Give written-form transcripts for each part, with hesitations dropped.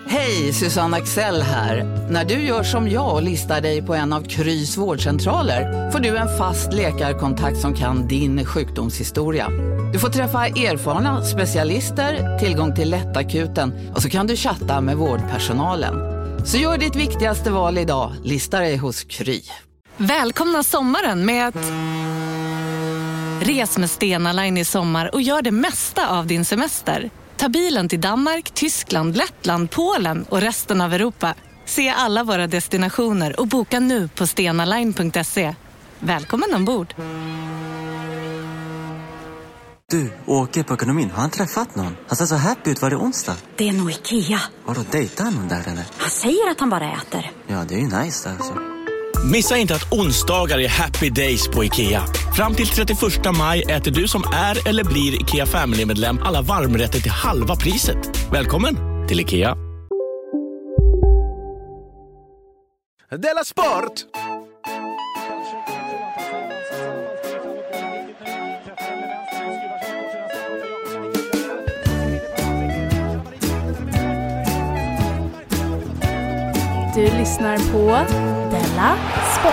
Hej, Susanne Axel här. När du gör som jag och listar dig på en av Krys vårdcentraler får du en fast läkarkontakt som kan din sjukdomshistoria. Du får träffa erfarna specialister, tillgång till lättakuten och så kan du chatta med vårdpersonalen. Så gör ditt viktigaste val idag, lista dig hos Kry. Välkomna sommaren med att... Res med Stena Line i sommar och gör det mesta av din semester. Ta bilen till Danmark, Tyskland, Lettland, Polen och resten av Europa. Se alla våra destinationer och boka nu på stenaline.se. Välkommen ombord! Du, åker på ekonomin. Har han träffat någon? Han ser så happy ut. Var det onsdag? Det är nog Ikea. Har du dejtat någon där eller? Han säger att han bara äter. Ja, det är ju nice där alltså. Missa inte att onsdagar är happy days på IKEA. Fram till 31 maj äter du som är eller blir IKEA Family-medlem alla varmrätter till halva priset. Välkommen till IKEA. Della Sport! Du lyssnar på Della Sport.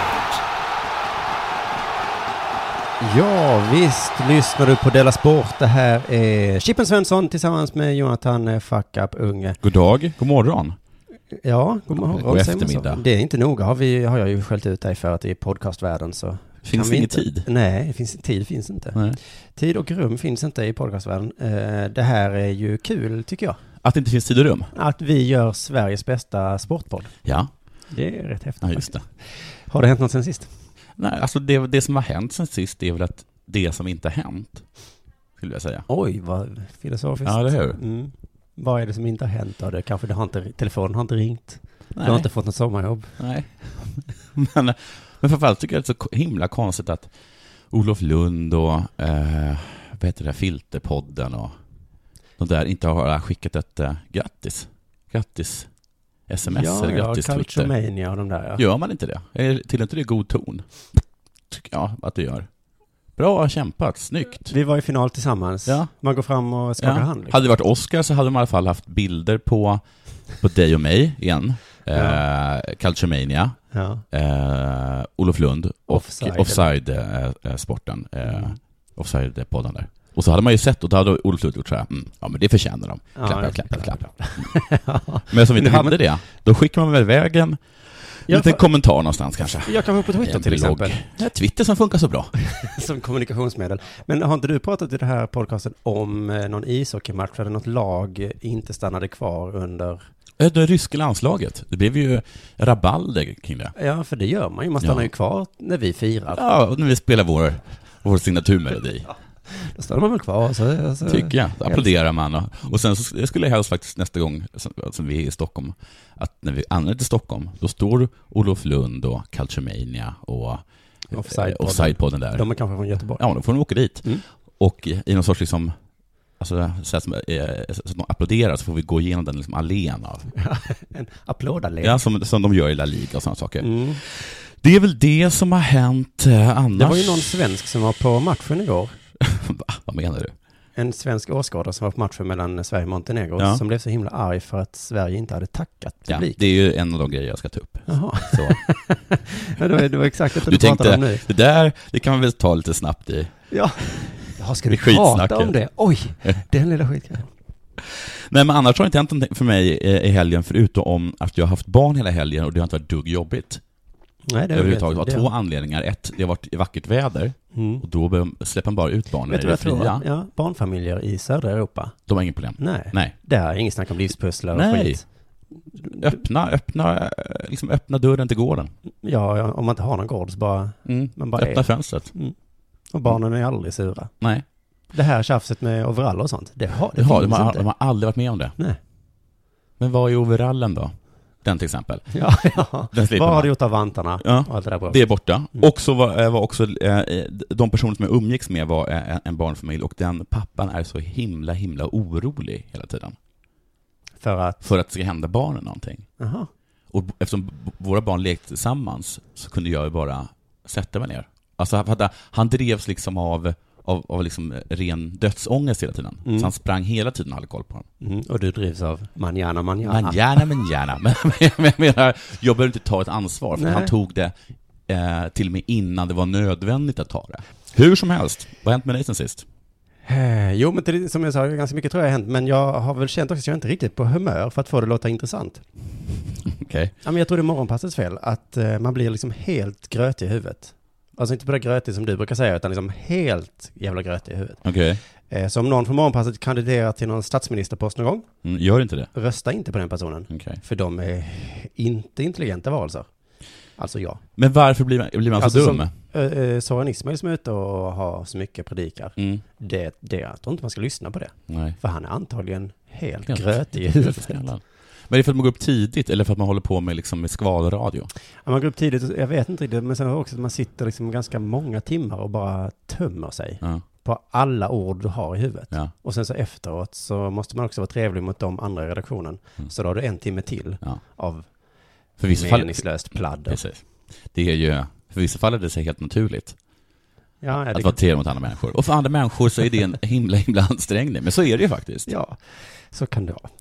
Ja, visst lyssnar du på Della Sport. Det här är Chippen Svensson tillsammans med Jonathan Fuck Up Unge. God dag, god morgon. Ja, god morgon. God eftermiddag. Det är inte noga, har jag ju skällt ut dig för att det är podcastvärlden så... Finns det ingen tid? Nej, tid finns inte. Nej. Tid och rum finns inte i podcastvärlden. Det här är ju kul tycker jag. Att det inte finns tid och rum? Att vi gör Sveriges bästa sportpodd. Ja. Det är rätt häftigt. Ja, just det. Har det hänt något sen sist? Nej, alltså det som har hänt sen sist är väl att det som inte har hänt, skulle jag säga. Oj, vad filosofiskt. Ja, det hur? Mm. Vad är det som inte har hänt då? Kanske telefonen har inte ringt. Nej. Du har inte fått något sommarjobb. Nej. Men framförallt tycker jag det är så himla konstigt att Olof Lund och vad heter det, Filterpodden och de där inte har skickat ett grattis sms eller grattis Twitter. Culturemania och de där. Ja. Gör man inte det? Till inte det god ton? Tycker jag att du gör. Bra kämpat, snyggt. Vi var i final tillsammans. Ja. Man går fram och skakar hand. Liksom. Hade det varit Oscar så hade de i alla fall haft bilder på dig och mig igen. Culturemania. Ja. Olof Lund och Offside-sporten. Offside-podden där. Och så hade man ju sett, och då hade Olof Lund gjort så här, ja men det förtjänar de. Klapp. Men som inte hade det, då skickar man väl vägen en liten kommentar någonstans kanske. Jag kan vara på Twitter till exempel. Ja, Twitter som funkar så bra. Som kommunikationsmedel. Men har inte du pratat i det här podcasten om någon ishockeymatch där något lag inte stannade kvar under... Det ryska landslaget. Det blev ju rabalder kring det. Ja, för det gör man ju. Man stannar ju kvar när vi firar. Ja, och när vi spelar vår signaturmelodi. Ja. Då stannar man väl kvar. Så tycker jag. Då applåderar man. Och sen så skulle jag helst faktiskt nästa gång som vi är i Stockholm, att när vi anländer till Stockholm, då står Olof Lund och Culturemania och Offside-podden där. De är kanske från Göteborg. Ja, då får de åka dit. Och i någon sorts liksom, alltså så att de applåderar, så får vi gå igenom den liksom allén av. En applådallén. Ja, som de gör i La Liga och sådana saker. Det är väl det som har hänt annars. Det var ju någon svensk som var på matchen igår. Vad menar du? En svensk åskådare som var på matchen mellan Sverige och Montenegro som blev så himla arg för att Sverige inte hade tackat publik. Ja, det är ju en av de grejer jag ska ta upp. Jaha. Så. Ja, det var exakt det du tänkte om nu. Det kan man väl ta lite snabbt i. Ja, ska vi prata om det? Oj, den lilla skitgrejen. Nej, men annars har det inte hänt någonting för mig i helgen, förutom att jag har haft barn hela helgen och det har inte varit dugg jobbigt. Nej, det överhuvudtaget var två anledningar. Ett, det har varit vackert väder och då släpper man bara ut barnen i det fria. Ja, barnfamiljer i södra Europa. De har ingen problem. Nej. Det här är ingen snack om livspusslar och skit. Öppna dörren till gården. Ja, om man inte har någon gård så bara... man bara öppna fönstret. Och barnen är aldrig sura. Nej. Det här tjafset med overaller och sånt, de har aldrig varit med om det. Nej. Men vad är overallen då? Den till exempel. Ja. Vad har du gjort av vantarna? Ja. Och allt det där bra. Det är borta. Och så var också de personer som jag umgicks med var en barnfamilj, och den pappan är så himla orolig hela tiden. För att det ska hända barnen någonting. Aha. Och eftersom våra barn lekte tillsammans så kunde jag ju bara sätta mig ner. Alltså han drevs liksom av av liksom ren dödsångest hela tiden. Så han sprang hela tiden och hade koll på honom. Och du drivs av manjana. Men jag menar, jag behöver inte ta ett ansvar, för han tog det till och med innan det var nödvändigt att ta det. Hur som helst, vad har hänt med dig sen sist? Jo, men som jag sa, ganska mycket tror jag har hänt, men jag har väl känt också att jag inte riktigt på humör för att få det låta intressant. Okej. Ja, men jag tror det är morgonpassets fel, att man blir liksom helt grötig i huvudet. Alltså inte på det grötig som du brukar säga, utan liksom helt jävla grötig i huvudet. Okej. Så om någon från morgonpasset kandiderar till någon statsministerpost någon gång, gör inte det. Rösta inte på den personen. För de är inte intelligenta varelser. Alltså ja. Men varför blir man så dum? Soran Ismail som är ute och har så mycket predikar. Det jag tror inte man ska lyssna på det. Nej. För han är antagligen helt grötig i huvudet. Men är det för att man går upp tidigt eller för att man håller på med, liksom, med skvalradio? Ja, man går upp tidigt, jag vet inte riktigt, men sen också att man sitter liksom ganska många timmar och bara tömmer sig på alla ord du har i huvudet. Ja. Och sen så efteråt så måste man också vara trevlig mot de andra i redaktionen. Så då har du 1 timme till av meningslöst pladd. Precis. Det är ju, för vissa fall är det så helt naturligt. Att vara trevlig mot andra människor. Och för andra människor så är det en himla ansträngning. Men så är det ju faktiskt. Ja, så kan det vara.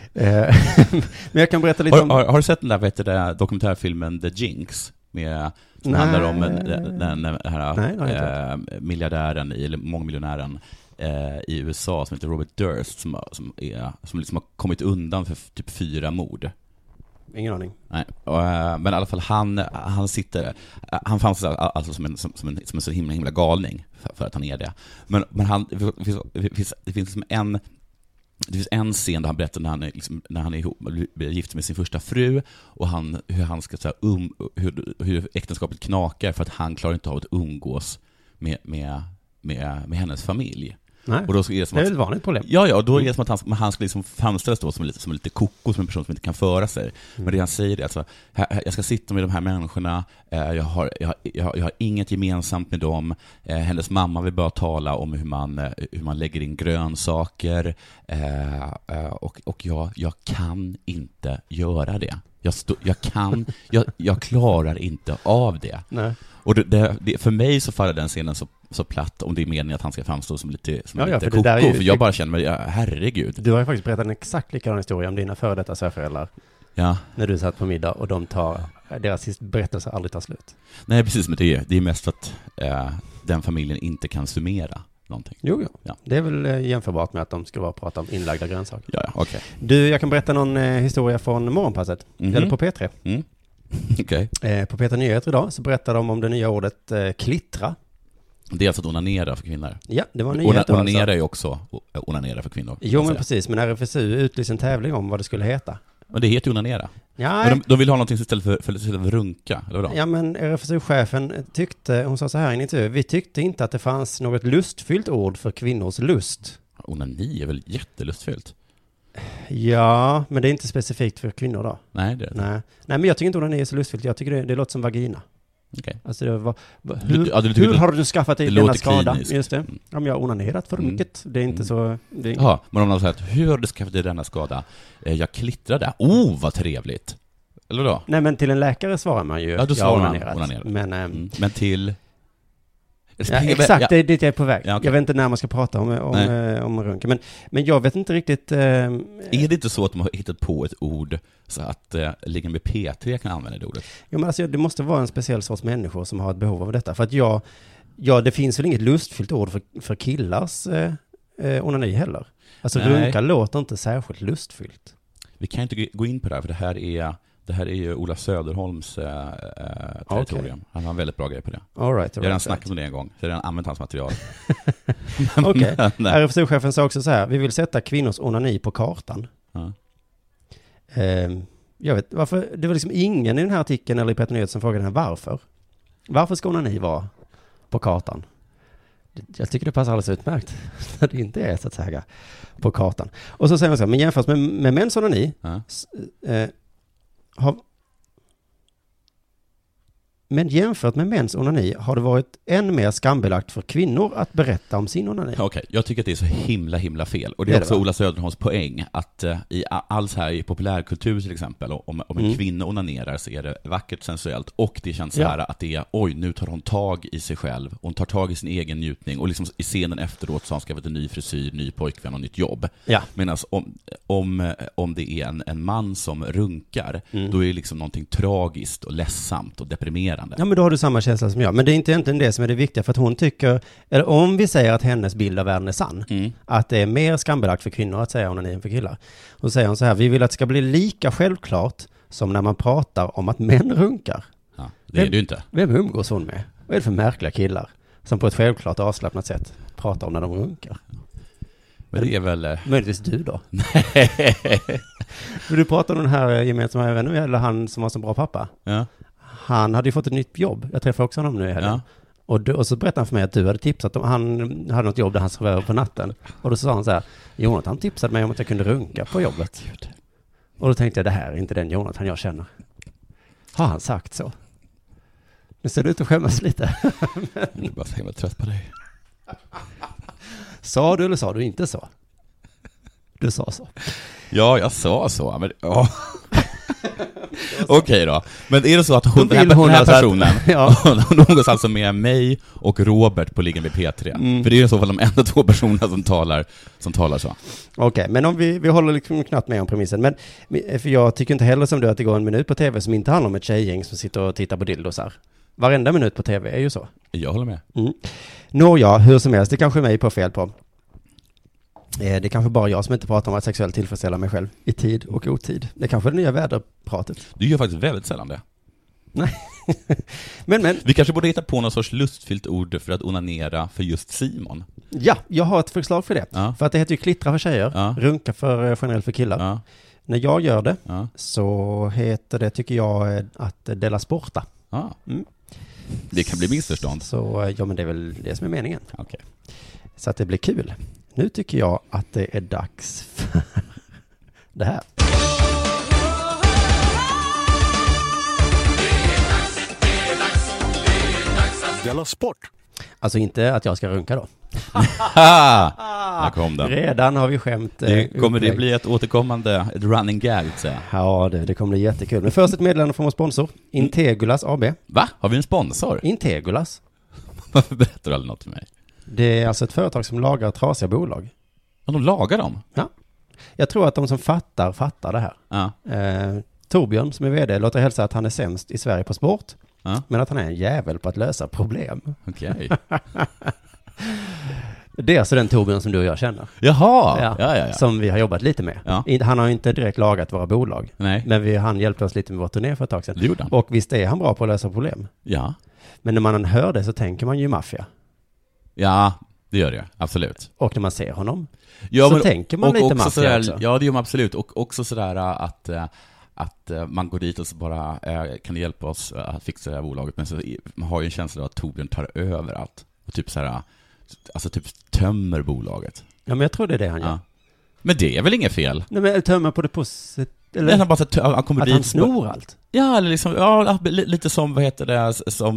Men jag kan berätta lite har du sett den där dokumentärfilmen The Jinx? Som handlar om den här miljardären, eller mångmiljonären i USA som heter Robert Durst, som liksom har kommit undan för typ 4 mord. Ingen aning. Nej, men i alla fall han fanns alltså som en så himla galning för att han är det. Men det finns en scen där han berättar när han är gift med sin första fru och hur han ska säga hur äktenskapet knakar för att han klarar inte av att umgås med hennes familj. Nej, och då är det som är ett vanligt problem. Ja, och då är det som att han ska liksom framställas då som lite koko, som en person som inte kan föra sig. Men det han säger är alltså, jag ska sitta med de här människorna, jag har inget gemensamt med dem. Hennes mamma vill bara tala om hur man lägger in grönsaker, och jag kan inte göra det. Jag klarar inte av det. Nej. Och för mig så faller den scenen så platt, om det är meningen att han ska framstå som lite koko. För jag bara känner mig, herregud. Du har ju faktiskt berättat en exakt likadan historia om dina före detta svärföräldrar. Ja. När du satt på middag och deras berättelse aldrig tar slut. Nej, precis, men det är mest för att den familjen inte kan summera någonting. Jo. Ja. Det är väl jämförbart med att de ska bara prata om inlagda grönsaker. Ja, okej. Du, jag kan berätta någon historia från morgonpasset. Eller på P3. Okej. På P3 Nyheter idag så berättar de om det nya ordet klittra. Det är alltså att onanera för kvinnor. Ja, det var nyheter. Onanera är ju också onanera för kvinnor. Jo, men precis. Men RFSU utlyste en tävling om vad det skulle heta. Men det heter ju onanera. Ja. Men de vill ha någonting istället för runka, eller vadå? Ja, men RFSU-chefen hon sa så här i en intervju, vi tyckte inte att det fanns något lustfyllt ord för kvinnors lust. Onani är väl jättelustfyllt? Ja, men det är inte specifikt för kvinnor då. Nej, det är det. Nej, men jag tycker inte onani är så lustfyllt. Jag tycker det låter som vagina. Okay. Alltså hur har du skaffat dig denna skada? Kliniskt. Just det. Om jag har onanerat för mycket. Det är inte så... Ja, men om någon säger hur har du skaffat dig denna skada? Jag klittrade. Vad trevligt. Eller då? Nej, men till en läkare svarar man ju. Ja, då svarar man onanerat. Men till... Ja, exakt, det är dit jag är på väg. Ja, okay. Jag vet inte när man ska prata om runken. Men jag vet inte riktigt... Är det inte så att de har hittat på ett ord så att ligga med P3 kan använda det ordet? Jo, men alltså, det måste vara en speciell sorts människor som har ett behov av detta. För att det finns väl inget lustfyllt ord för killars onani heller. Alltså runka låter inte särskilt lustfyllt. Vi kan inte gå in på det här, för det här är ju Ola Söderholms territorium. Okay. Han har en väldigt bra grej på det. All right, jag har redan snackat om det en gång. Så jag har redan använt hans material. Okej. RFSU-chefen sa också så här: vi vill sätta kvinnors onani på kartan. Jag vet varför. Det var liksom ingen i den här artikeln eller i P3 Nyheter som frågade varför. Varför ska onani vara på kartan? Jag tycker det passar alldeles utmärkt när det inte är så att säga på kartan. Och så säger man så här, men jämfört med mäns onani Men jämfört med mäns onani har det varit än mer skambelagt för kvinnor att berätta om sin onani. Okej, jag tycker att det är så himla fel. Och det är också Ola Söderholms poäng att i alls här i populärkultur till exempel, om en kvinna onanerar så är det vackert, sensuellt, och det känns så här att det är, oj, nu tar hon tag i sig själv, hon tar tag i sin egen njutning, och liksom i scenen efteråt så har hon skaffat en ny frisyr, ny pojkvän och nytt jobb. Ja. Medan om det är en man som runkar, då är det liksom någonting tragiskt och ledsamt och deprimerande. Ja, men då har du samma känsla som jag. Men det är inte egentligen det som är det viktiga, för att hon tycker, eller om vi säger att hennes bild av världen är sann, att det är mer skambelagt för kvinnor att säga onani än för killar. Då säger hon så här: vi vill att det ska bli lika självklart som när man pratar om att män runkar. Ja, det är det ju inte. Vem umgås hon med? Vad är det för märkliga killar som på ett självklart avslappnat sätt pratar om när de runkar? Men det är väl... Möjligtvis du då? Nej. Du pratar om den här gemensamma vännen, eller han som var så bra pappa. Ja. Han hade ju fått ett nytt jobb. Jag träffade också honom nu i helgen. Ja. Och så berättade han för mig att du hade tipsat om, han hade något jobb där han sov över på natten. Och då sa han så här: Jonathan tipsade mig om att jag kunde runka på jobbet. Gud. Och då tänkte jag, det här är inte den Jonathan jag känner. Har han sagt så? Nu ser du ut att skämmas lite. Jag är bara så himla trött på dig. Sa du eller sa du inte så? Du sa så. Ja, jag sa så. Men, Okej då. Men är det så att den här personen hon umgås alltså med mig och Robert på Liggen vid P3? För det är i så fall de enda 2 personerna som talar så. Okej, men om vi håller liksom knappt med om premissen. Men för jag tycker inte heller som du att det går en minut på tv som inte handlar om ett tjejgäng som sitter och tittar på dildosar. Varenda minut på tv är ju så. Jag håller med. Nåja, hur som helst, det kanske är mig på fel på. Det är kanske bara jag som inte pratar om att sexuellt tillfredsställa mig själv i tid och otid. Det är kanske är det nya väderpratet. Du gör faktiskt väldigt sällan det. Nej. men vi kanske borde hitta på något sorts lustfyllt ord för att onanera för just Simon. Ja, jag har ett förslag för det. Ja. För att det heter ju klittra för tjejer, runka för generellt för killar. Ja. När jag gör det så heter det, tycker jag, att dela sporta. Ja. Det kan bli missförstånd. Så ja, men det är väl det som är meningen. Okay. Så att det blir kul. Nu tycker jag att det är dags för det här. Della Sport. Alltså inte att jag ska runka då. Här kom den. Redan har vi skämt. Kommer det bli ett running gag? Så. Ja, det kommer bli jättekul. Men först ett meddelande från vår sponsor, Integulas AB. Va? Har vi en sponsor? Integulas. Varför berättar du aldrig något till mig? Det är alltså ett företag som lagar trasiga bolag. Ja, de lagar dem? Ja. Jag tror att de som fattar det här. Ja. Torbjörn som är vd låter hälsa att han är sämst i Sverige på sport. Ja. Men att han är en jävel på att lösa problem. Okej. Det är alltså den Torbjörn som du och jag känner. Jaha! Ja. Som vi har jobbat lite med. Ja. Han har inte direkt lagat våra bolag. Nej. Men han hjälpte oss lite med vår turné för ett tag sedan. Det gjorde han. Och visst är han bra på att lösa problem. Ja. Men när man hör det så tänker man ju maffia. Ja, det gör det. Absolut. Och när man ser honom så tänker man lite maffia sådär, också. Ja, det gör man absolut. Och också sådär att man går dit och så bara kan du hjälpa oss att fixa det här bolaget. Men så man har ju en känsla av att Torbjörn tar över allt. Och typ såhär, alltså typ tömmer bolaget. Ja, men jag tror det är det han gör. Ja. Men det är väl inget fel? Nej, men tömmer på det positiva. Eller han bara han kommer att dit, han snor allt. Ja, eller liksom, lite som, vad heter det,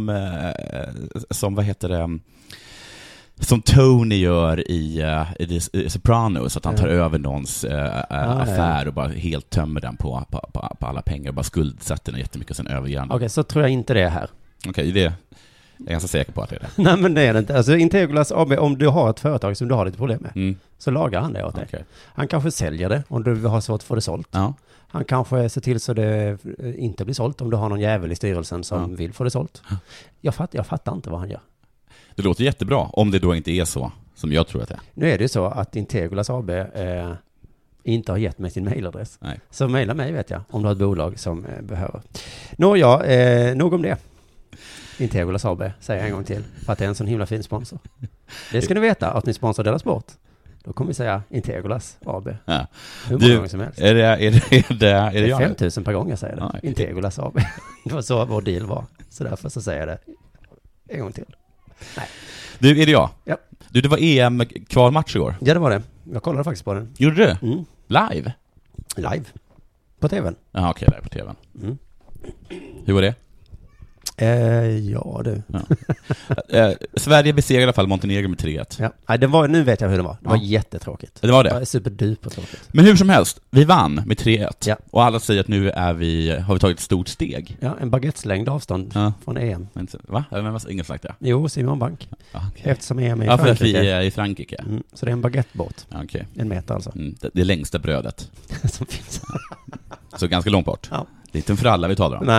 som Tony gör i Sopranos, att han tar över någons affär och bara helt tömmer den på alla pengar och bara skuldsätter den jättemycket och sen överger den. Okej, så tror jag inte det är här. Okej, det är jag ganska säker på att det är det. Nej, men det är det inte. Alltså Integulas AB, om du har ett företag som du har lite problem med, så lagar han det åt dig. Okay. Han kanske säljer det om du har svårt att få det sålt. Ja. Han kanske ser till så det inte blir sålt om du har någon jävel i styrelsen som vill få det sålt. Jag fattar inte vad han gör. Det låter jättebra, om det då inte är så som jag tror att det är. Nu är det ju så att Integulas AB inte har gett mig sin mailadress. Nej. Så mejla mig, vet jag, om du har ett bolag som behöver. Nog om det. Integulas AB, säger jag en gång till, för att det är en sån himla fin sponsor. Det ska ni veta, att ni sponsrar Della Sport. Då kommer vi säga Integulas AB. Ja. Hur många gånger som helst. Är det 5000 per gång jag säger det. Ja, Integulas AB. Det var så vår deal var. Så därför så säger jag det en gång till. Nej. Du, är det jag? Ja. Du, det var EM-kvalmatch igår. Ja, det var det. Jag kollade faktiskt på den. Gjorde du? Mm. Live? Live. På tvn. Ja, okej, live på tvn. Mm. Hur var det? Ja, du. Ja. Sverige besegrade i alla fall Montenegro med 3-1. Ja. Nej, nu vet jag hur det var. Det var jättetråkigt. Det var det. Det var superduper tråkigt. Men hur som helst, vi vann med 3-1. Ja. Och alla säger att nu har vi tagit ett stort steg. Ja, en baguetteslängd avstånd från EM. Va? Men ingen sagt det? Jo, Simon Bank. Okay. Eftersom EM är i Frankrike. Frankrike. För att vi är i Frankrike. Så det är en baguettebåt. Okay. 1 meter alltså. Det längsta brödet. Som finns. Så ganska långt bort. Ja. Det är inte för alla vi talar om.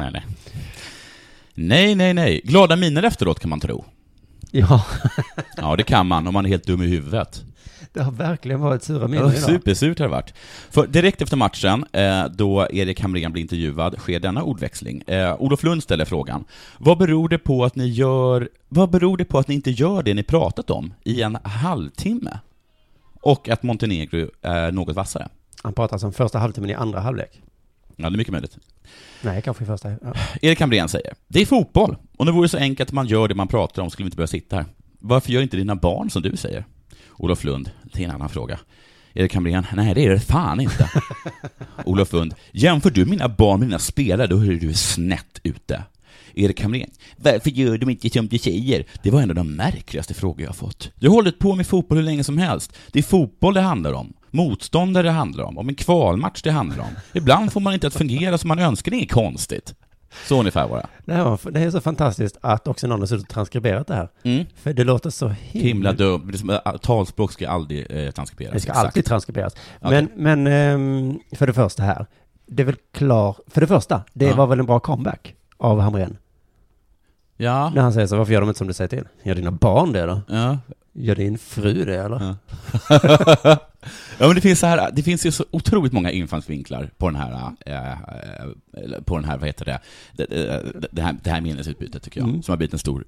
Nej. Glada miner efteråt kan man tro. Ja. Ja, det kan man om man är helt dum i huvudet. Det har verkligen varit sura miner idag. Supersurt har det varit. För direkt efter matchen, då Erik Hamrén blir intervjuad, sker denna ordväxling. Olof Lund ställer frågan: Vad beror det på att ni inte gör det ni pratat om i en halvtimme? Och att Montenegro är något vassare. Han pratar som första halvtimmen i andra halvlek. Ja, det är mycket möjligt. Nej, kanske i första. Ja. Erik Hamrén säger: Det är fotboll. Och det vore så enkelt att man gör det man pratar om, skulle vi inte börja sitta här. Varför gör inte dina barn som du säger? Olof Lund: Det är en annan fråga. Erik Hamrén: Nej, det är det fan inte. Olof Lund: Jämför du mina barn med dina spelare, då är du snett ute. Erik Hamrén: Varför gör de inte som du säger? Det var en av de märkligaste frågor jag har fått. Jag har hållit på med fotboll hur länge som helst. Det är fotboll det handlar om. Motståndare det handlar om en kvalmatch det handlar om. Ibland får man inte att fungera som man önskar, det är konstigt. Så ungefär bara. Det är så fantastiskt att också någon har suttit och transkriberat det här. För det låter så himla dumt. Talspråk ska aldrig transkriberas. Det ska alltid transkriberas. Okay. Men för det första här, det är väl klar. För det första, det var väl en bra comeback av Hamrén. Ja. När han säger så: Varför gör de inte som du säger till? Gör dina barn det då? Ja. Gör din fru det, eller? Ja. Ja, men det finns ju så otroligt många infallsvinklar på den här vad heter det här minnesutbytet, tycker jag, som har blivit en stor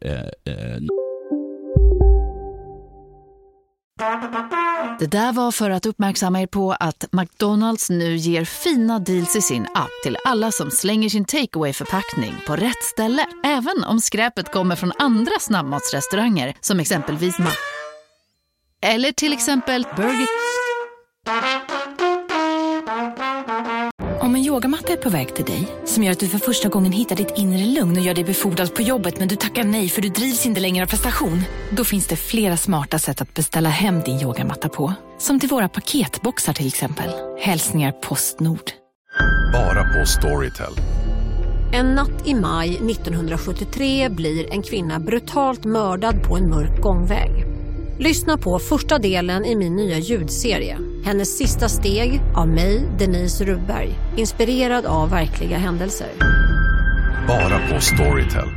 Det där var för att uppmärksamma er på att McDonalds nu ger fina deals i sin app till alla som slänger sin takeaway-förpackning på rätt ställe. Även om skräpet kommer från andra snabbmatsrestauranger, som exempelvis eller till exempel Burger. Om en yogamatta är på väg till dig, som gör att du för första gången hittar ditt inre lugn och gör dig befordrad på jobbet, men du tackar nej för du drivs inte längre av prestation. Då finns det flera smarta sätt att beställa hem din yogamatta på. Som till våra paketboxar till exempel. Hälsningar Postnord. Bara på Storytel. En natt i maj 1973 blir en kvinna brutalt mördad på en mörk gångväg. Lyssna på första delen i min nya ljudserie. Hennes sista steg av mig, Denise Rubberg. Inspirerad av verkliga händelser. Bara på Storytel.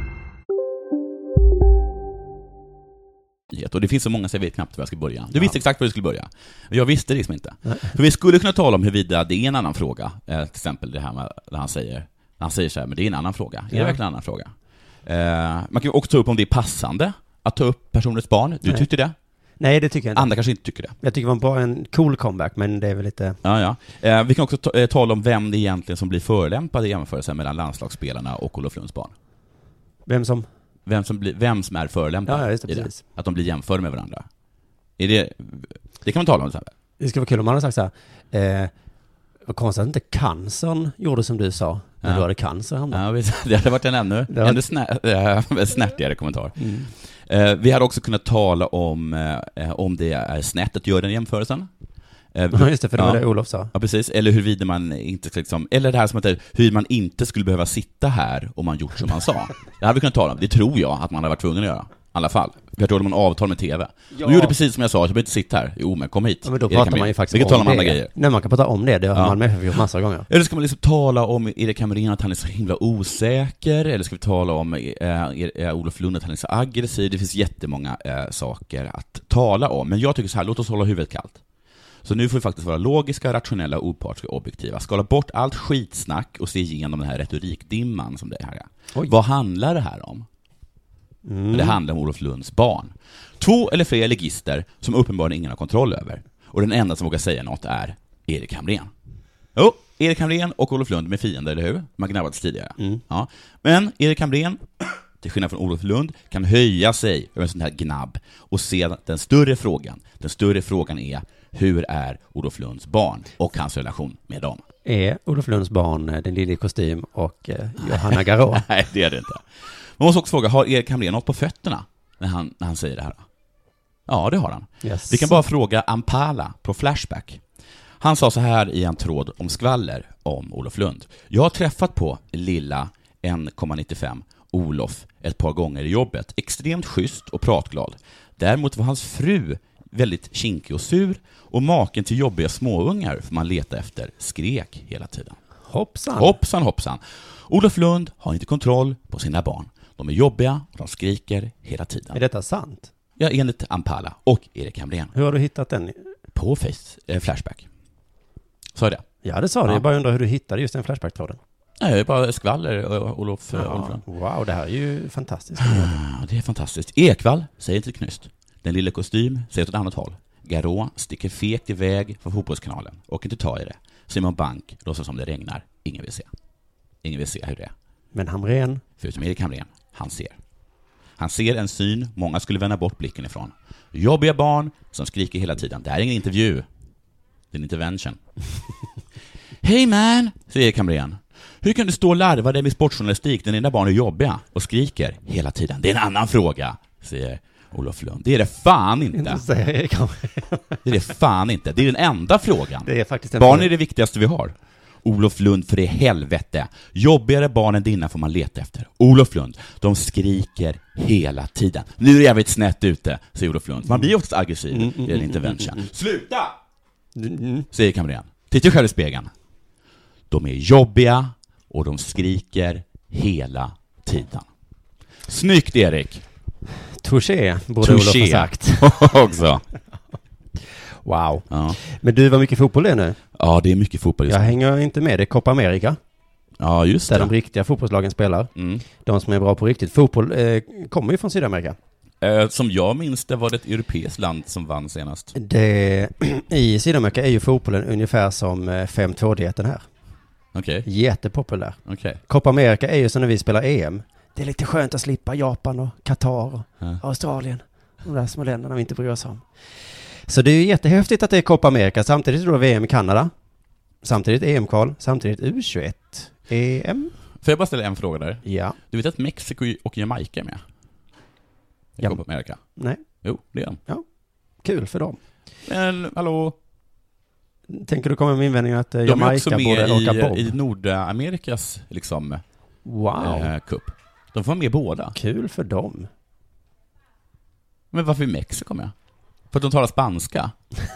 Och det finns så många så jag vet knappt var jag ska börja. Du visste exakt var du skulle börja. Jag visste liksom inte. För vi skulle kunna tala om huruvida det är en annan fråga. Till exempel det här med när han säger så här, men det är en annan fråga. Är det verkligen en annan fråga? Man kan också ta upp om det är passande att ta upp personens barn. Du tyckte det? Nej, det tycker jag inte. Andra kanske inte tycker det. Jag tycker det var en cool comeback, men det är väl lite... Ja. Vi kan också tala om vem det egentligen som blir förolämpad i jämförelse mellan landslagsspelarna och Olof Lunds barn. Vem som är förolämpad? Ja, just det, precis. Att de blir jämförda med varandra. Det kan man tala om. Det skulle vara kul om man hade sagt så här... Vad konstigt att inte cancern gjorde som du sa när du hade cancer. Ja, det hade varit en ännu snärtigare kommentar. Vi hade också kunnat tala om det är snett att göra den jämförelsen. Ja, just det, för det var det Olof sa. Ja, precis. Eller huruvida man inte liksom, eller det här som att hur man inte skulle behöva sitta här om man gjort som man sa. Det hade vi kunnat tala om. Det tror jag att man hade varit tvungen att göra. I alla fall. Vi har talat om en avtal med TV. Ja. Du gjorde precis som jag sa, jag behöver inte sitta här. Jo, men kom hit. Ja, men då pratar man ju faktiskt om andra grejer. Nej, man kan prata om det. Det har man med gjort massor gånger. Eller ska man liksom tala om Erik Hamrén att han är så himla osäker? Eller ska vi tala om Olof Lund att han är så aggressiv? Det finns jättemånga saker att tala om. Men jag tycker så här, låt oss hålla huvudet kallt. Så nu får vi faktiskt vara logiska, rationella, opartiska och objektiva. Skala bort allt skitsnack och se igenom den här retorikdimman som det här är. Vad handlar det här om? Det handlar om Olof Lunds barn. 2 eller fler legister som uppenbarligen ingen har kontroll över. Och den enda som vågar säga något är Erik Hamrén. Erik Hamrén och Olof Lund med fiender, eller hur? Man gnabbats tidigare. Ja. Men Erik Hamrén, till skillnad från Olof Lund, kan höja sig över en sån här gnabb och se den större frågan. Den större frågan är, Hur är Olof Lunds barn och hans relation med dem? Är Olof Lunds barn den lille i kostym och Johanna Garå? Nej, det är det inte. Man måste också fråga, har Erik Hamrén något på fötterna när han säger det här? Ja, det har han. Yes. Vi kan bara fråga Ampala på Flashback. Han sa så här i en tråd om skvaller om Olof Lund. Jag har träffat på lilla 1,95 Olof ett par gånger i jobbet. Extremt schysst och pratglad. Däremot var hans fru väldigt kinkig och sur, och maken till jobbiga småungar för man letar efter skrek hela tiden. Hoppsan. Hoppsan, hoppsan. Olof Lund har inte kontroll på sina barn. De är jobbiga och de skriker hela tiden. Är detta sant? Ja, enligt Ampala och Erik Hamrén. Hur har du hittat den? På Flashback. Sa jag det? Ja, det sa du. Jag bara undrar hur du hittade just den Flashback-tråden. Nej, det är bara skvaller, Olof. Wow, det här är ju fantastiskt. Det är fantastiskt. Ekvall säger inte knyst. Den lilla kostym säger åt ett annat håll. Garå sticker fegt iväg från fotbollskanalen och inte ta i det. Simon Bank låtsas som det regnar. Ingen vill se. Ingen vill se hur det är. Men Hamrén? Förutom Erik Hamrén, han ser. Han ser en syn många skulle vända bort blicken ifrån. Jobbiga barn som skriker hela tiden. Det här är ingen intervju. Det är en intervention. Hey man, säger Erik Hamrén. Hur kan du stå och larva dig med sportjournalistik när dina barn är jobbiga och skriker hela tiden? Det är en annan fråga, säger Olof Lund. Det är det fan inte. Det är det fan inte. Det är den enda frågan. Det är faktiskt en barn är det viktigaste vi har. Olof Lund, för det är helvete. Jobbigare barn än dina får man leta efter. Olof Lund, de skriker hela tiden. Nu är det jävligt snett ute, säger Olof Lund. Man blir också aggressiv i en intervention. Sluta! Säger Kamren. Titta själv i spegeln. De är jobbiga och de skriker hela tiden. Snyggt, Erik. Touché, borde Olof ha sagt. Också. Wow. Ja. Men du, var mycket fotboll det nu? Ja, det är mycket fotboll just Jag nu. hänger inte med. Det är Copa America. Ja, just det. Där de riktiga fotbollslagen spelar. De som är bra på riktigt. Fotboll kommer ju från Sydamerika. Som jag minns det var det ett europeiskt land som vann senast. I Sydamerika är ju fotbollen ungefär som 5-2-dieten här. Okej. Jättepopulär. Okej. Copa America är ju som när vi spelar EM. Det är lite skönt att slippa Japan och Qatar och Australien. De där små länderna vi inte bryr oss om. Så det är ju jättehäftigt att det är Copa America. Samtidigt då VM i Kanada. Samtidigt EM-kval. Samtidigt U21 EM. Får jag bara ställa en fråga där? Ja. Du vet att Mexiko och Jamaica är med? I Copa America? Nej. Jo, det är de. Ja. Kul för dem. Men, hallå? Tänker du komma med invändningen att Jamaica borde åka bob? I Nordamerikas liksom cup. De får med båda. Kul för dem. Men varför är Mexiko med? För att de talar spanska.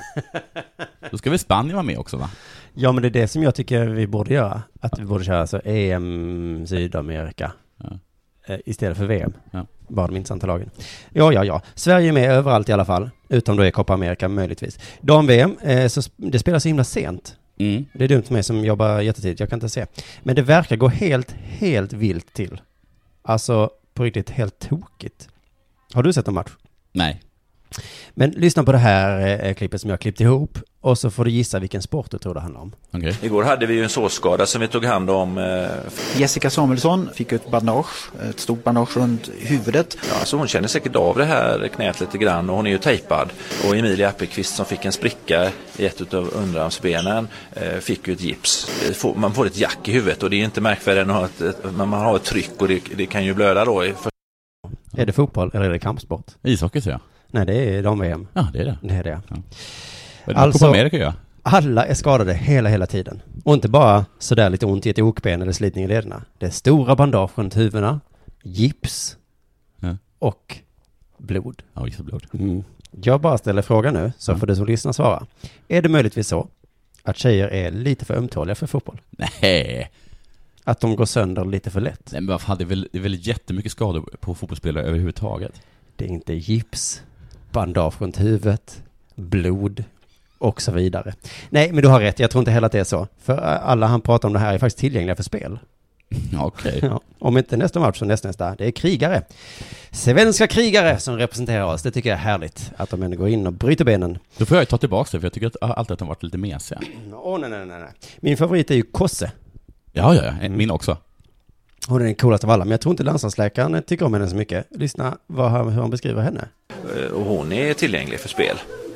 Då ska väl Spanien vara med också, va? Ja, men det är det som jag tycker vi borde göra. Att vi borde köra alltså EM Sydamerika istället för VM. Ja. Bara de intressanta lagen. Ja. Sverige är med överallt i alla fall. Utom då är Copa America möjligtvis. Dam-VM, så det spelas så himla sent. Det är dumt för mig som jobbar jättetidigt. Jag kan inte se. Men det verkar gå helt vilt till. Alltså på riktigt helt tokigt. Har du sett en match? Nej. Men lyssna på det här klippet som jag klippt ihop. Och så får du gissa vilken sport du tror det handlar om. Okay. Igår hade vi ju en sårskada som vi tog hand om. Jessica Samuelsson fick ett stort bandage runt huvudet. Ja, så hon känner säkert av det här knät lite grann och hon är ju tejpad. Och Emilia Appelqvist som fick en spricka i ett av underarmsbenen fick ju ett gips. Man får ett jack i huvudet och det är inte märkvärdigt än man har ett tryck och det kan ju blöda då. Är det fotboll eller är det kampsport? Ishockey, så ja. Nej, det är dam-VM. Ja, det är det. Det är det. Ja. Alltså, Amerika, ja. Alla är skadade hela tiden. Och inte bara sådär lite ont i ett okben eller slitning i lederna. Det är stora bandage runt huvudena, gips och blod. Ja, just blod. Jag bara ställer frågan nu, så får du som lyssnar svara. Är det möjligtvis så att tjejer är lite för ömtåliga för fotboll? Nej. Att de går sönder lite för lätt? Nej, men vad fan, det är väl jättemycket skador på fotbollsspelare överhuvudtaget. Det är inte gips, bandage runt huvudet, blod och så vidare. Nej, men du har rätt. Jag tror inte heller att det är så. För alla han pratar om det här är faktiskt tillgängliga för spel. Okej. Ja, om inte nästa match så nästa. Det är krigare. Svenska krigare som representerar oss. Det tycker jag är härligt. Att de ändå går in och bryter benen. Då får jag ta tillbaka det, för jag tycker alltid att de har varit lite mesiga. Nej. Min favorit är ju Kosse. Ja. Min också. Hon är den coolaste av alla, men jag tror inte landslagsläkaren tycker om henne så mycket. Lyssna hur han beskriver henne. Och hon är tillgänglig för spel.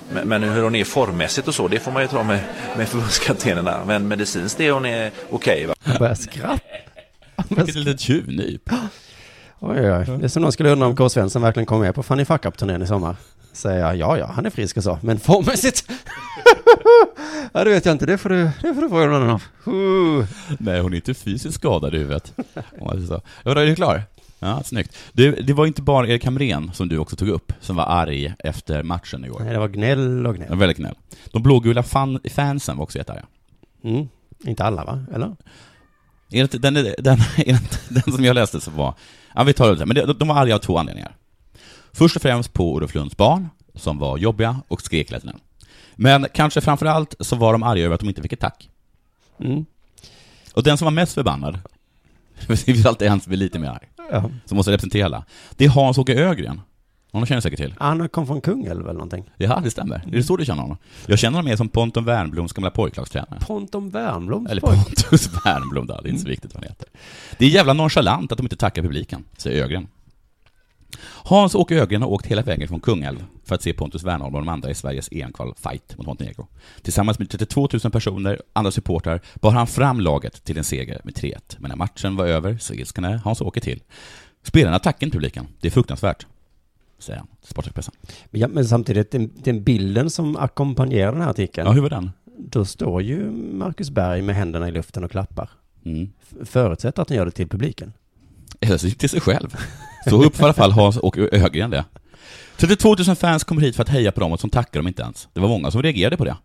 Men hur hon är formmässigt och så, det får man ju ta med förbundskaptenerna. Men medicinskt är hon okej, va? Jag börjar skratta. Vilket litet tjuvnyp. Oj. Det är som någon skulle undra om K. Svensson verkligen kommer med på Fanny Fuck Up-turnén i sommar. Säger jag, ja, han är frisk och så. Men formmässigt... Ja, det vet jag inte. Det får du fråga någon om. Nej, hon är inte fysiskt skadad i huvudet. Ja, är du klar? Ja, snyggt. Det var inte bara Erik Hamrén som du också tog upp som var arg efter matchen igår. Nej, det var gnäll och gnäll. Ja, väldigt gnäll. De blågula fansen var också jättearga. Inte alla, va? Eller? Den som jag läste så var... Ja, vi tar det. Men de var arga av 2 anledningar. Först och främst på Olof Lunds barn som var jobbiga och skrek lite. Men kanske framförallt så var de arga över att de inte fick ett tack. Och den som var mest förbannad, det vill alltid ens bli lite mer arg, som måste representera alla, det är Hans-Åke Ögren. Hon känner säkert till. Han kom från Kungälv eller någonting. Ja, det stämmer. Är det så du känner honom? Jag känner honom mer som Pontus Wernbloms gamla pojklagstränare. Pontus Wernbloms? Eller Pontus Wernblom, det är inte så viktigt vad han heter. Det är jävla nonchalant att de inte tackar publiken, säger Ögren. Hans-Åke Ögren har åkt hela vägen från Kungälv för att se Pontus Wernholm och de andra i Sveriges EM-kval-fight mot Montenegro. Tillsammans med 32 000 personer, andra supportrar, bar han fram laget till en seger med 3-1. Men när matchen var över så ilskade Hans-Åke till. Spelarna tackar inte publiken. Det är fruktansvärt, säger han till Sportexpressen. Men samtidigt, den bilden som ackompanjerar den här artikeln. Ja, hur var den? Då står ju Marcus Berg med händerna i luften och klappar. Förutsätter att han gör det till publiken. Eller så till sig själv. Så upp i alla fall Hans och Ögren det. 32 000 fans kommer hit för att heja på dem och som tackar dem inte ens. Det var många som reagerade på det.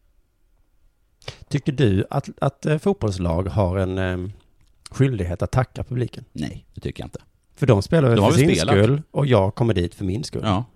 Tycker du att fotbollslag har en skyldighet att tacka publiken? Nej, det tycker jag inte. För de spelar för sin skull och jag kommer dit för min skull. Ja.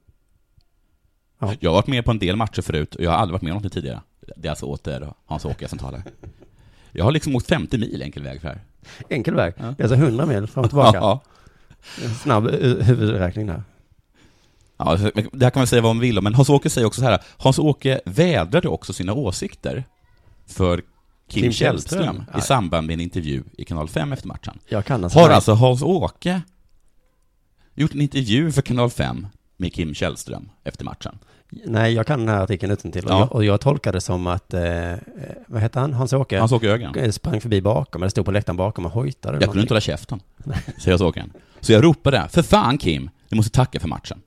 Jag har varit med på en del matcher förut och jag har aldrig varit med om något tidigare. Det är alltså åter Hans-Åke som talar. Jag har liksom åkt 50 mil enkel väg för här. Enkel väg? Ja. Det är alltså 100 mil fram och tillbaka? Ja. En snabb huvudräkning där. Ja, det här kan man säga vad man vill om, men Hans-Åke säger också så här. Hans-Åke vädrade också sina åsikter för Kim Källström i samband med en intervju i Kanal 5 efter matchen. Har alltså Hans-Åke gjort en intervju för Kanal 5 med Kim Källström efter matchen? Nej, jag kan den här artikeln utantill. Ja. Och jag tolkade det som att, vad heter han? Hans-Åke Ögren sprang förbi bakom, eller stod på läktaren bakom och hojtade. Jag kunde inte hålla käften, säger Hans-Åke. Så jag ropade, för fan Kim, du måste tacka för matchen.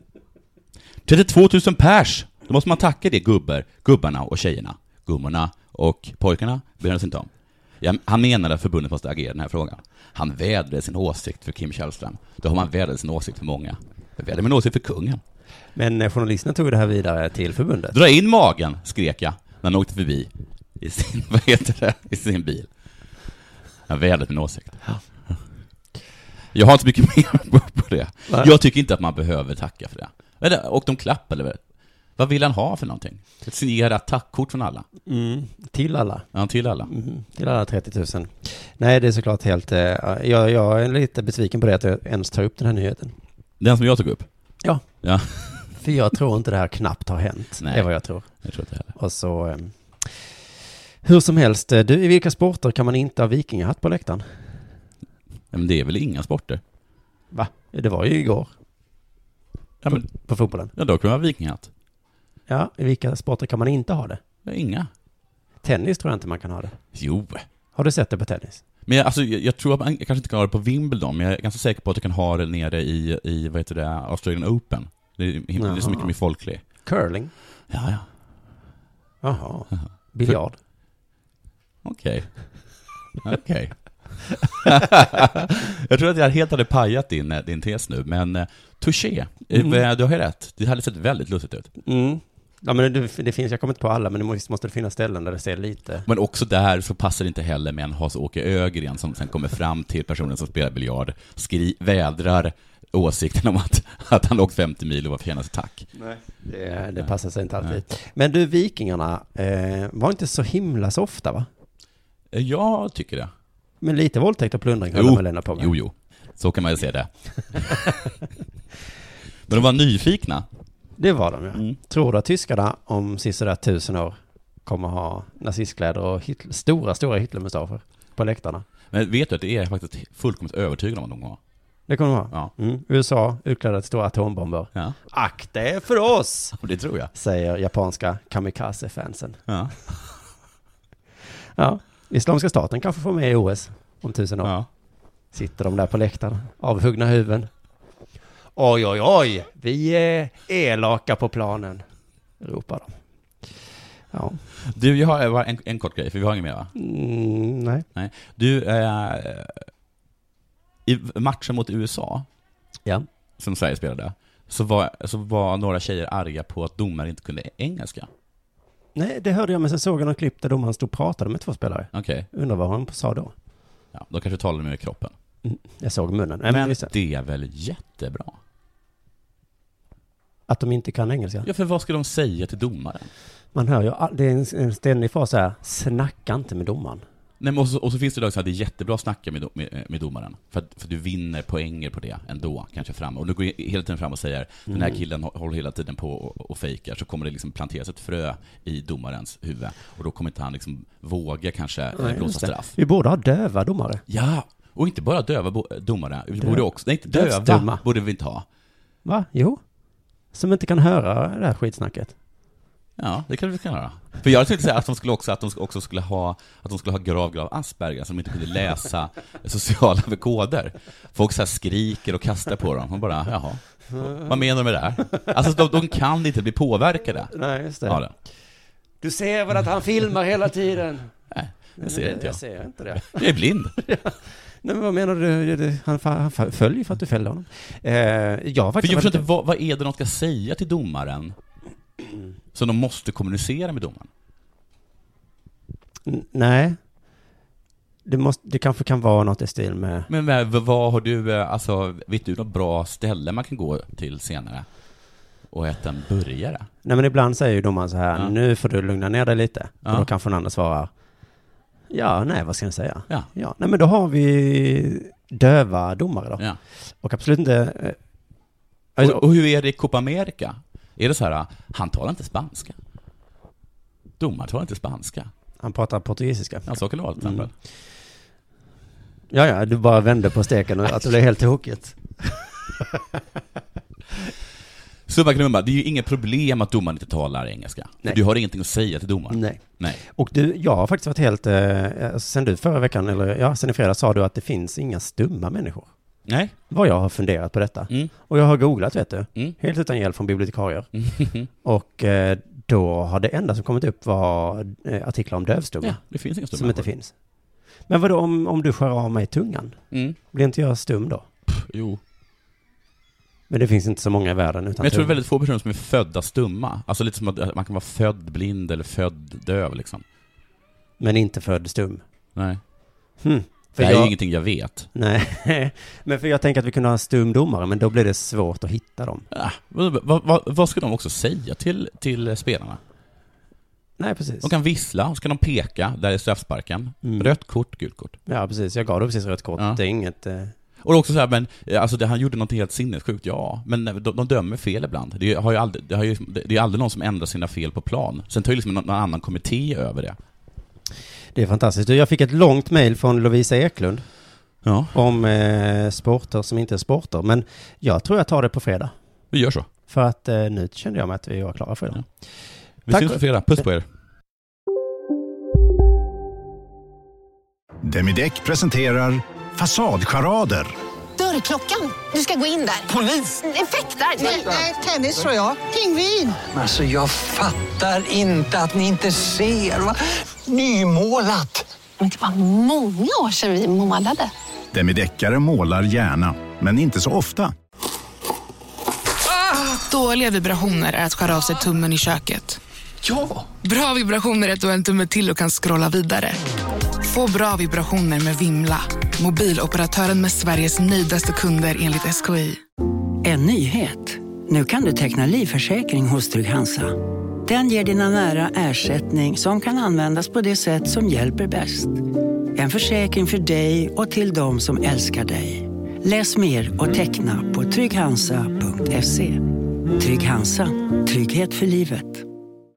32 000 pers, då måste man tacka det gubbarna och tjejerna. Gummorna och pojkarna bryr sig inte om. Han menade att förbundet måste agera i den här frågan. Han vädrade sin åsikt för Kim Källström. Då har man vädrat sin åsikt för många. Jag vädrade min åsikt för kungen. Men journalisterna tog det här vidare till förbundet. Dra in magen, skrek jag när han åkte förbi i sin bil. Jag vädrade min åsikt. Jag har inte mycket mer på det. Nej. Jag tycker inte att man behöver tacka för det. Och de klappar eller vad vill han ha för någonting? Ett signerat tackkort från alla. Till alla. Ja, till alla. Till alla 30 000. Nej, det är såklart helt... Jag är lite besviken på det att jag ens tar upp den här nyheten. Den som jag tog upp? Ja. För jag tror inte det här knappt har hänt. Nej, det är vad jag tror. Jag tror inte heller. Och så... hur som helst, i vilka sporter kan man inte ha vikingahatt på läktaren? Men det är väl inga sporter? Va? Det var ju igår. Ja, men, på fotbollen. Ja, då kan man ha vikingahatt. Ja, i vilka sporter kan man inte ha det? Inga. Tennis tror jag inte man kan ha det. Jo. Har du sett det på tennis? Men jag tror att man kanske inte kan ha det på Wimbledon, men jag är ganska säker på att du kan ha det nere i vad heter det, Australian Open. Det är så mycket mer folklig. Curling? Ja. Jaha. Biljard? Okej. Jag tror att jag helt hade pajat din tes nu, men touché. Du har rätt. Det hade sett väldigt lustigt ut. Ja, men det finns, jag kommer inte på alla, men det måste finnas ställen där det ser lite... Men också där så passar det inte heller med en Hans-Åke Ögren som sen kommer fram till personen som spelar biljard, vädrar åsikten om att han åkt 50 mil och var förtjänat tack. Nej, det passar sig inte alltid. Nej. Men du, vikingarna var inte så himla så ofta, va? Jag tycker det. Men lite våldtäkt och plundring kan man lämna på med. Jo. Så kan man ju se det. Men de var nyfikna. Det var de, ja. Tror du att tyskarna om sista 1000 år kommer ha nazistkläder och stora Hitlermustascher på läktarna? Men vet du att det är faktiskt fullkomligt övertygad om att de har? Det kommer det vara. Ja. USA utklädda till stora atombomber. Ja. Akta er för oss! Det tror jag. Säger japanska kamikaze-fansen. Ja. Ja, Islamiska staten kanske får med i OS om 1000 år. Ja. Sitter de där på läktaren, avhuggna huvuden. Oj, oj, oj, vi är elaka på planen, ropar de. Ja. Du, jag har bara en kort grej, för vi har inget mer, va? Nej. Du, i matchen mot USA, som Sverige spelade, så var några tjejer arga på att domare inte kunde engelska. Nej, det hörde jag, men sen såg jag någon klipp där domaren stod och pratade med 2 spelare. Okej. Undrar vad han sa då. Ja, då kanske talade med kroppen. Jag såg munnen. Men det är väl jättebra? Att de inte kan engelska? Ja, för vad ska de säga till domaren? Man hör ju, det är en ständig fras här, snacka inte med domaren. Nej, men och så finns det så att det är jättebra att snacka med domaren. För du vinner poänger på det ändå, kanske fram. Och du går hela tiden fram och säger, den här killen håller hela tiden på och fejkar, så kommer det liksom planteras ett frö i domarens huvud. Och då kommer inte han liksom våga kanske blåsa straff. Vi borde ha döva domare. Ja, och inte bara döva domare. Vi borde också, nej, inte döva borde vi inte ha. Va? Jo. Som inte kan höra det här skitsnacket. Ja, det kan vi göra. För jag tänkte säga att de skulle ha grav Asperger, som inte kunde läsa sociala koder. Folk så här skriker och kastar på dem. Och bara, jaha, vad menar du med det här? Alltså de kan inte bli påverkade. Nej, just det. Ja, det. Du ser väl att han filmar hela tiden? Nej, det ser inte jag. Jag ser inte det. Jag är blind. Nej, men vad menar du? Han följer för att du fäller honom. Jag förstår inte, vad är det de ska säga till domaren? Så de måste kommunicera med domaren? Nej. Det kanske kan vara något i stil med... Men vad har du, alltså, vet du något bra ställe man kan gå till senare och äta en burgare? Nej, men ibland säger ju domaren så här, nu får du lugna ner dig lite. Och då kanske någon annan svarar, vad ska jag säga? Ja. Nej, men då har vi döva domare då. Ja. Och absolut inte... Och hur är det i Copa America? Är det så här, han talar inte spanska? Domaren talar inte spanska. Han pratar portugisiska. Ja, så kan det vara till exempel. Ja, du bara vände på steken och att det blev helt tokigt. Så det är ju inget problem att domaren inte talar engelska. Du har ingenting att säga till domaren. Nej. Och jag har faktiskt varit helt, sen du förra veckan, eller sen i fredag sa du att det finns inga stumma människor. Nej. Vad jag har funderat på detta. Och jag har googlat, vet du. Helt utan hjälp från bibliotekarier. Och då har det enda som kommit upp var artiklar om dövstumma. Ja, det finns inga stumma. Som inte finns. Men vadå, om du skär av mig tungan? Blir inte jag stum då? Jo. Men det finns inte så många i världen utan. Men jag tror det är väldigt få personer som är födda stumma. Alltså lite som att man kan vara född blind eller född döv liksom. Men inte född stum? Nej. Det är ju ingenting jag vet. Nej, men för jag tänker att vi kunde ha stumdomare, men då blir det svårt att hitta dem. Ja, vad ska de också säga till spelarna? Nej, precis. De kan vissla, och så kan de peka, där är straffsparken. Rött kort, gult kort. Ja, precis. Jag gav det precis rött kort. Ja. Det är inget... Och också så här, men alltså han gjorde något helt sinnessjukt, men de dömer fel ibland. Det är aldrig någon som ändrar sina fel på plan. Sen tar ju liksom någon annan kommitté över det. Det är fantastiskt. Jag fick ett långt mejl från Lovisa Eklund om sporter som inte är sporter. Men jag tror jag tar det på fredag. Vi gör så. För att nu kände jag mig att vi var klara fredag. Ja. Vi syns på fredag. Puss på er. Demideck presenterar Fasadcharader. Dörrklockan. Du ska gå in där. Polis? Effektar? Nej, tennis tror jag. Pingvin. Alltså jag fattar inte att ni inte ser. Va? Nymålat. Men det var många år sedan vi målade. Demideckare målar gärna, men inte så ofta. Dåliga vibrationer är att skära av sig tummen i köket. Ja! Bra vibrationer är att du har en tumme till och kan scrolla vidare. Få bra vibrationer med Vimla. Mobiloperatören med Sveriges nöjdaste kunder enligt SKI. En nyhet. Nu kan du teckna livförsäkring hos Trygg-Hansa. Den ger dina nära ersättning som kan användas på det sätt som hjälper bäst. En försäkring för dig och till de som älskar dig. Läs mer och teckna på trygghansa.se. Trygg-Hansa. Trygghet för livet.